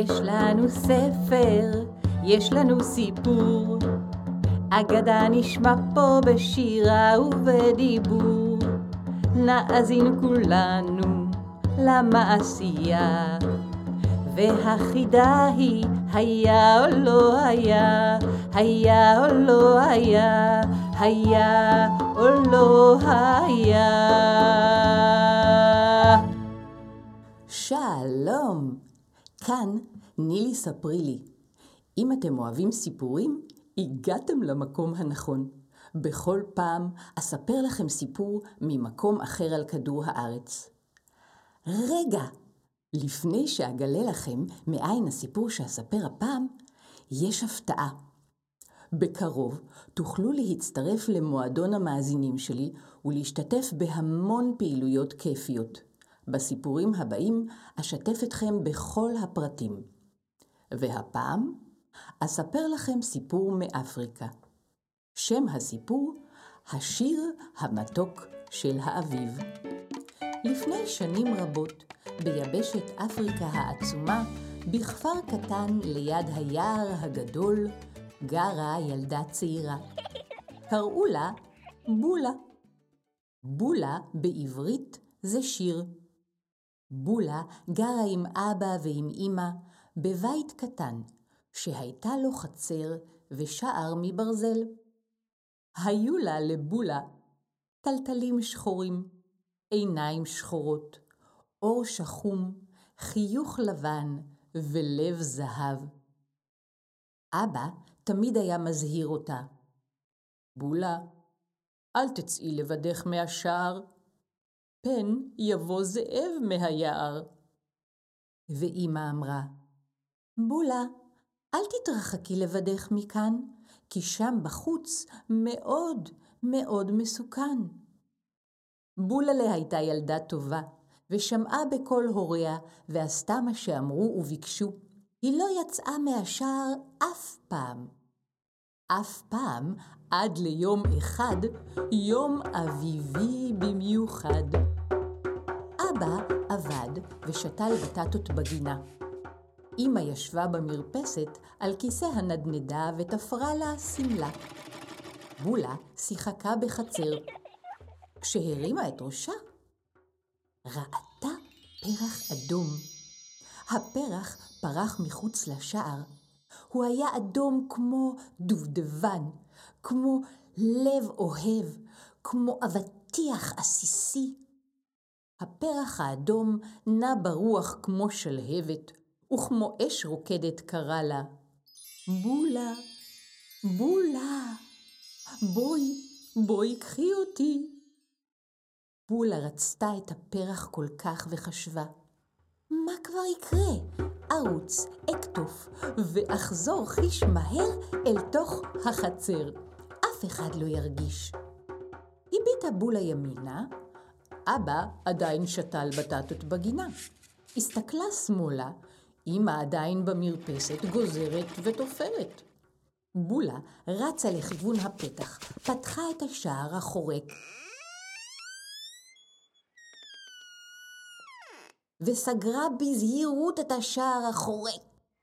יש לנו ספר, יש לנו סיפור, אגדה נשמע פה בשירה ובדיבור. נאזין כולנו למעשייה, והחידה היא היה או לא היה, היה או לא היה, היה או לא היה. שלום, כאן נילי ספרי לי. אם אתם אוהבים סיפורים, הגעתם למקום הנכון. בכל פעם אספר לכם סיפור ממקום אחר על כדור הארץ. רגע, לפני שאגלה לכם מאין הסיפור שאספר הפעם, יש הפתעה. בקרוב תוכלו להצטרף למועדון המאזינים שלי ולהשתתף בהמון פעילויות כיפיות. בסיפורים הבאים אשתף אתכם בכל הפרטים. והפעם אספר לכם סיפור מאפריקה. שם הסיפור, השיר המתוק של האביב. לפני שנים רבות, ביבשת אפריקה העצומה, בכפר קטן ליד היער הגדול, גרה ילדה צעירה. קראו לה בולה. בולה בעברית זה שיר. בולה גרה עם אבא ועם אמא בבית קטן, שהייתה לו חצר ושער מברזל. היו לה לבולה טלטלים שחורים, עיניים שחורות, אור שחום, חיוך לבן ולב זהב. אבא תמיד היה מזהיר אותה. בולה, אל תצאי לבדך מהשער, פן יבוא זאב מהיער. ואמא אמרה, בולה, אל תתרחקי לבדך מכאן, כי שם בחוץ מאוד מאוד מסוכן. בוללה הייתה ילדה טובה, ושמעה בכל הוריה, ועשתה מה שאמרו וביקשו. היא לא יצאה מהשער אף פעם. אף פעם עד ליום אחד, יום אביבי במיוחד. אבא עבד ושתל בטטות בגינה. אמא ישבה במרפסת על כיסא הנדנדה ותפרה לה סמלה. בולה שיחקה בחצר. כשהרימה את ראשה, ראתה פרח אדום. הפרח פרח מחוץ לשער. הוא היה אדום כמו דובדבן, כמו לב אוהב, כמו אבטיח עסיסי. הפרח האדום נע ברוח כמו שלהבת, וכמו אש רוקדת קרא לה, בולה, בולה, בואי קחי אותי. בולה רצתה את הפרח כל כך וחשבה, מה כבר יקרה? ארוץ, אקטוף ואחזור חיש מהר אל תוך החצר. אף אחד לא ירגיש. הביטה בולה ימינה, אבא עדיין שתל בטטות בגינה. הסתכלה שמאלה, אמא עדיין במרפסת גוזרת ותופרת. בולה רצה לכיוון הפתח, פתחה את השער החורק, וסגרה בזהירות את השער החורק.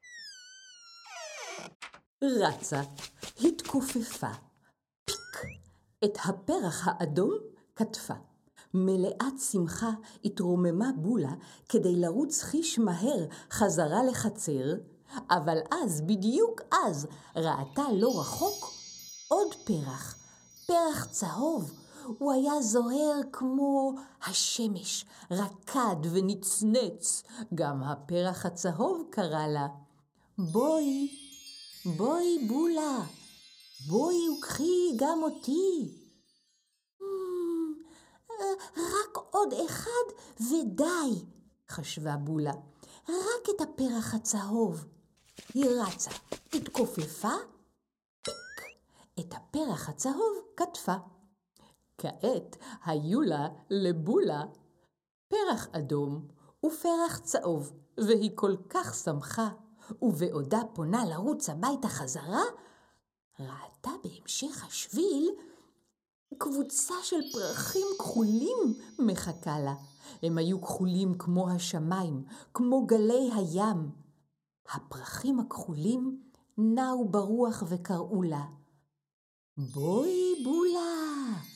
רצה, התכופפה, פיק, את הפרח האדום כתפה. מלאת שמחה התרוממה בולה כדי לרוץ חיש מהר חזרה לחצר, אבל אז, בדיוק אז, ראתה לא רחוק עוד פרח, פרח צהוב. הוא היה זוהר כמו השמש, רקד ונצנץ. גם הפרח הצהוב קרא לה, בואי בולה, בואי וקחי גם אותי. רק עוד אחד ודי, חשבה בולה, רק את הפרח הצהוב. היא רצה, התכופפה, פיק, את הפרח הצהוב כתפה. כעת היו לה לבולה פרח אדום ופרח צהוב, והיא כל כך שמחה, ובעודה פונה לרוץ הביתה חזרה, ראתה בהמשך השביל קבוצה של פרחים כחולים מחכה לה. הם היו כחולים כמו השמיים, כמו גלי הים. הפרחים הכחולים נעו ברוח וקראו לה, בואי בולה,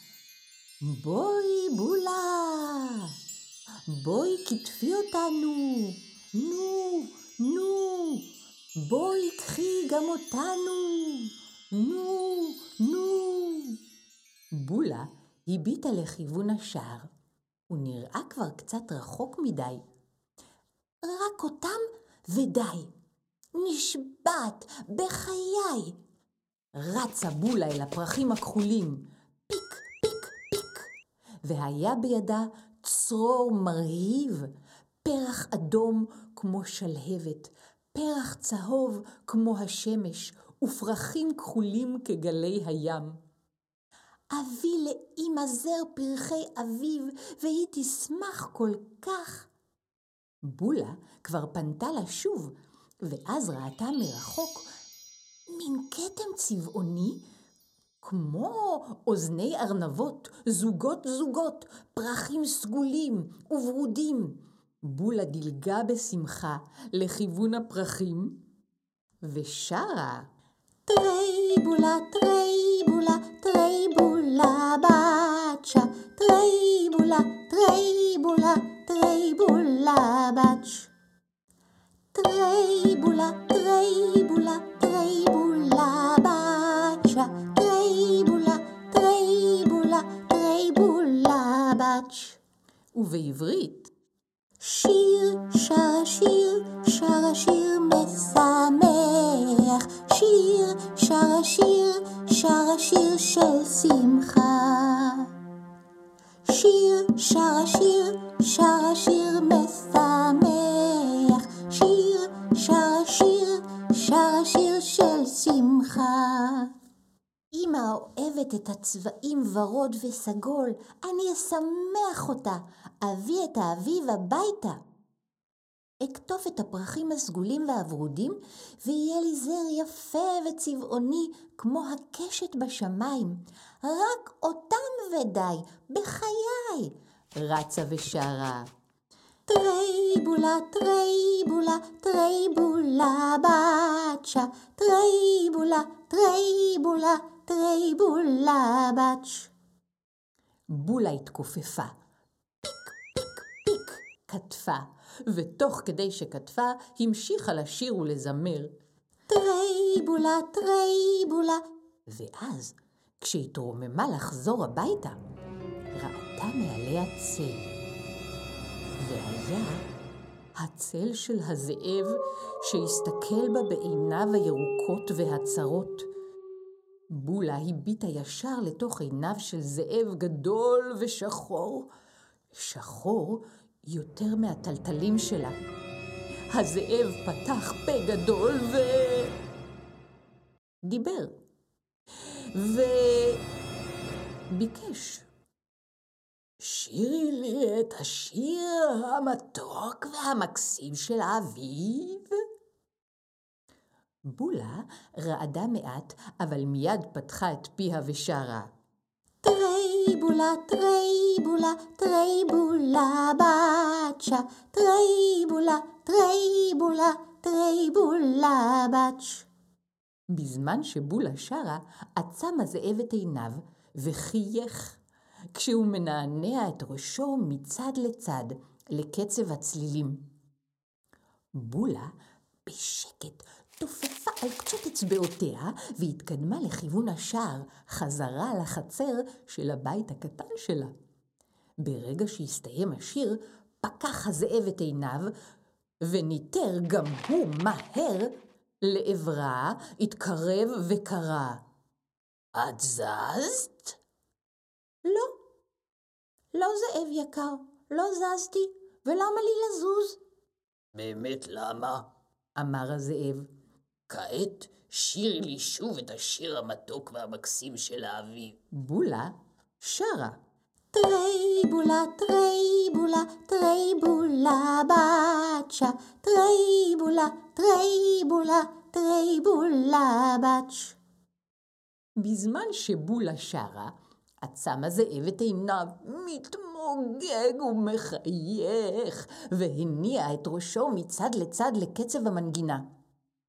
בואי בולה, בואי כתפי אותנו, נו, נו, בואי קחי גם אותנו, נו, נו. בולה הביטה לכיוון השער, הוא נראה כבר קצת רחוק מדי. רק אותם ודי, נשבעת בחיי. רצה בולה אל הפרחים הכחולים, פיק, פיק, פיק, והיה בידה צרור מרהיב, פרח אדום כמו שלהבת, פרח צהוב כמו השמש, ופרחים כחולים כגלי הים. אביא לאמא זר פרחי אביב, והיא תשמח כל כך. בולה כבר פנתה לה שוב, ואז ראתה מרחוק מין כתם צבעוני, כמו אוזני ארנבות, זוגות זוגות, פרחים סגולים וברודים. בולה דילגה בשמחה לכיוון הפרחים, ושרה, תרי בולה, תרי בולה, תרי בולה בתשה, תרי בולה, תרי בולה, תרי בולה בתש. תרי בולה, תרי בולה, תרי בולה בתשה, תרי בולה, תרי בולה, תרי בולה בתש. ובעברית, שיר, שר שיר, שר שיר משמח, שיר, שר שיר, שר שיר של שמחה. שיר, שר שיר, שר שיר משמח, שיר, שר שיר, שר שיר של שמחה. אמא אוהבת את הצבעים ורוד וסגול, אני אשמח אותה, אביא את האביב הביתה. אקטוף את הפרחים הסגולים והוורודים, ויהיה לי זר יפה וצבעוני כמו הקשת בשמיים. רק אותם ודי, בחיי, רצה ושרה. תרי בולה, תרי בולה, תרי בולה בתשה, תרי בולה, תרי בולה, תרי בולה בתש. בולה התכופפה, פיק, פיק, פיק, כתפה, ותוך כדי שכתפה המשיכה לשיר ולזמר. תרי בולה, תרי בולה. ואז, כשהתרוממה לחזור הביתה, ראתה מעליה צל. והיה הצל של הזאב שהסתכל בה בעיניו הירוקות והצרות. בולה הביטה ישר לתוך עיניו של זאב גדול ושחור, שחור יותר מהטלטלים שלה. הזאב פתח פה גדול דיבר, וביקש, שירי לי את השיר המתוק והמקסים של האביב. בולה רעדה מעט, אבל מיד פתחה את פיה ושרה. תרי בולה, תרי בולה, תרי בולה בתשה, תרי בולה, תרי בולה, תרי בולה בתש. בזמן שבולה שרה, עצם הזאב את עיניו וחייך, כשהוא מנענע את ראשו מצד לצד לקצב הצלילים. בולה בשקט תופפה על קצות אצבעותיה והתקדמה לכיוון השער, חזרה לחצר של הבית הקטן שלה. ברגע שהסתיים השיר, פקח הזאב את עיניו וניטר גם הוא מהר לעברה, התקרב וקרא, את זזת? לא, לא זאב יקר, לא זזתי, ולמה לי לזוז? באמת למה? אמר הזאב. כעת שירי לי שוב את השיר המתוק והמקסים של האביב. בולה שרה. תרי בולה, תרי בולה, תרי בולה בתשה, תרי בולה, תרי בולה, תרי בולה בתש. בזמן שבולה שרה, עצם הזאב את עיניו, מתמוגג ומחייך, והניע את ראשו מצד לצד לקצב המנגינה.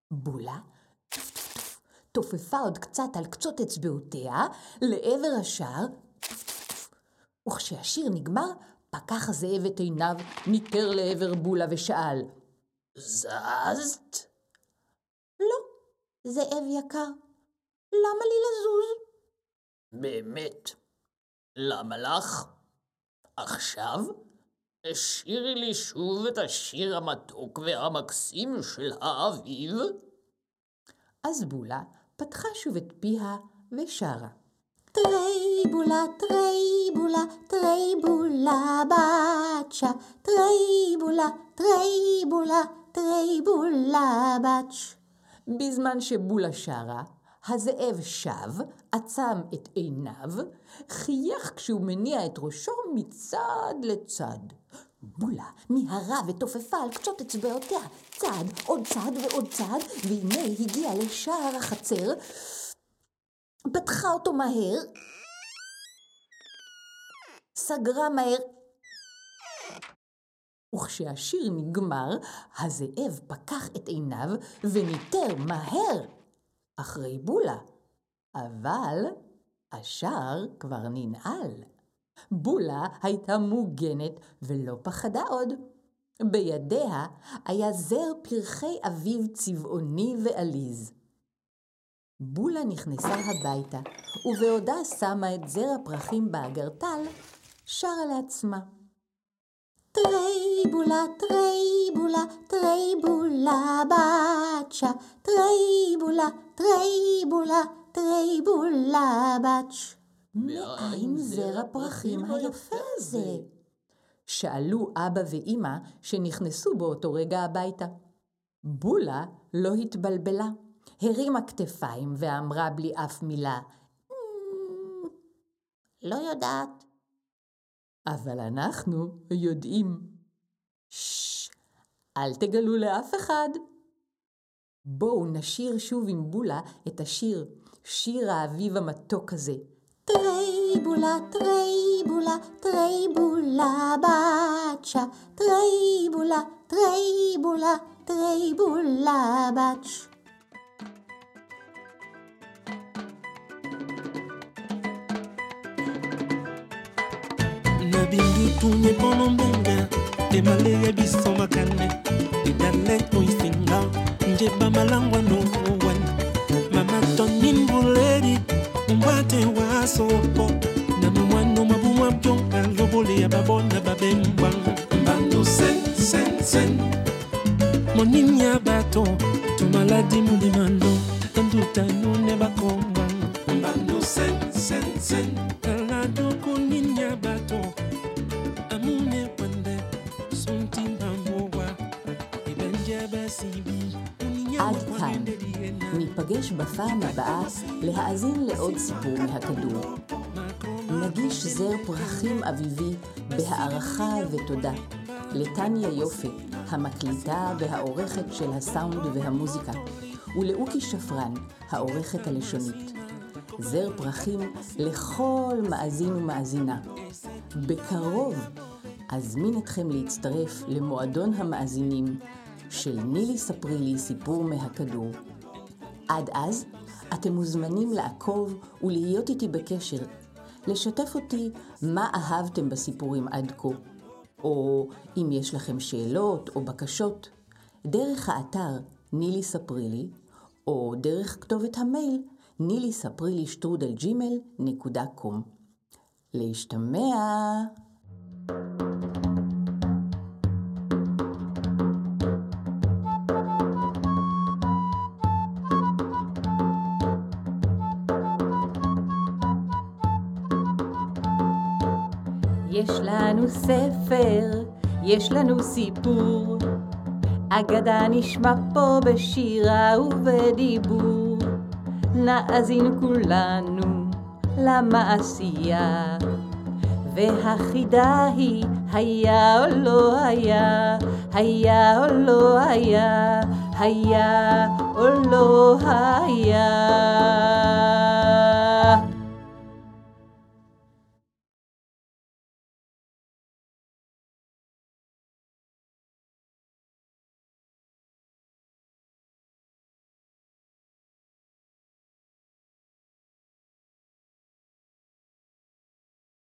בולה תופפה עוד קצת על קצות אצבעותיה לעבר השער, וכשהשיר נגמר, פקח הזאב את עיניו, ניכר לעבר בולה ושאל, זזת? לא, זאב יקר, למה לי לזוז? באמת, למה לך? עכשיו השירי לי שוב את השיר המתוק והמקסים של האביב. אז בולה פתחה שוב את פיה ושרה. טרייבולה, טרייבולה, טרייבולה בצ'ה, טרייבולה, טרייבולה, טרייבולה בצ'. בזמן שבולה שרה, הזאב שב, עצם את עיניו, חייך כשהוא מניע את ראשו מצד לצד. בולה מיהרה ותופפה על קצות אצבעותיה, צעד, עוד צעד ועוד צעד, והנה הגיעה לשער החצר, פתחה אותו מהר, סגרה מהר, וכשהשיר נגמר, הזאב פקח את עיניו וניטר מהר אחרי בולה. אבל השער כבר ננעל. בולה הייתה מוגנת ולא פחדה עוד. בידיה היה זר פרחי אביב צבעוני ועליז. בולה נכנסה הביתה, ובעודה שמה את זר הפרחים באגרטל, שרה לעצמה. טרייבולה, טרייבולה, טרייבולה בצ'ה, טרייבולה, טרייבולה, טרייבולה בצ'. מאין זר הפרחים היפה הזה? שאלו אבא ואמא שנכנסו באותו רגע הביתה. בולה לא התבלבלה, הרימה כתפיים ואמרה בלי אף מילה, לא יודעת. אבל אנחנו יודעים. אל תגלו לאף אחד. בואו נשיר שוב עם בולה את השיר, שיר האביב המתוק הזה. טרייבולה, טרייבולה, טרייבולה בצ'ה, טרייבולה, טרייבולה, טרייבולה בצ'. Nabingi tunye pono mbenga Emale ya biso makane Idale oisinga Njeba malangwa no one Mama toni mbuleri Mbate wa sopo Na mwano mabuwa pionga Lobole ya babona babembang Mbando sen sen sen Moninya bato Tumaladi mulimando Tanduta nune bakombang Mbando sen sen sen Kalado kuninya bato עד כאן. ניפגש בפעם הבאה להאזין לעוד סיפור מהכדור. נגיש זר פרחים אביבי בהערכה ותודה לטניה יופי, המקליטה והעורכת של הסאונד והמוזיקה, ולאוקי שפרן, העורכת הלשונית. זר פרחים לכל מאזין ומאזינה. בקרוב אזמין אתכם להצטרף למועדון המאזינים של נילי ספרי לי סיפור מהכדור. עד אז אתם מוזמנים לעקוב ולהיות איתי בקשר, לשתף אותי מה אהבתם בסיפורים עד כה, או אם יש לכם שאלות או בקשות, דרך האתר נילי ספרי לי, או דרך כתובת המייל nilisaprile@gmail.com. להשתמע. יש לנו ספר, יש לנו סיפור, אגדה נשמע פה בשירה ובדיבור. נאזין כולנו למעשייה, והחידה היא היה או לא היה, היה או לא היה, היה או לא היה.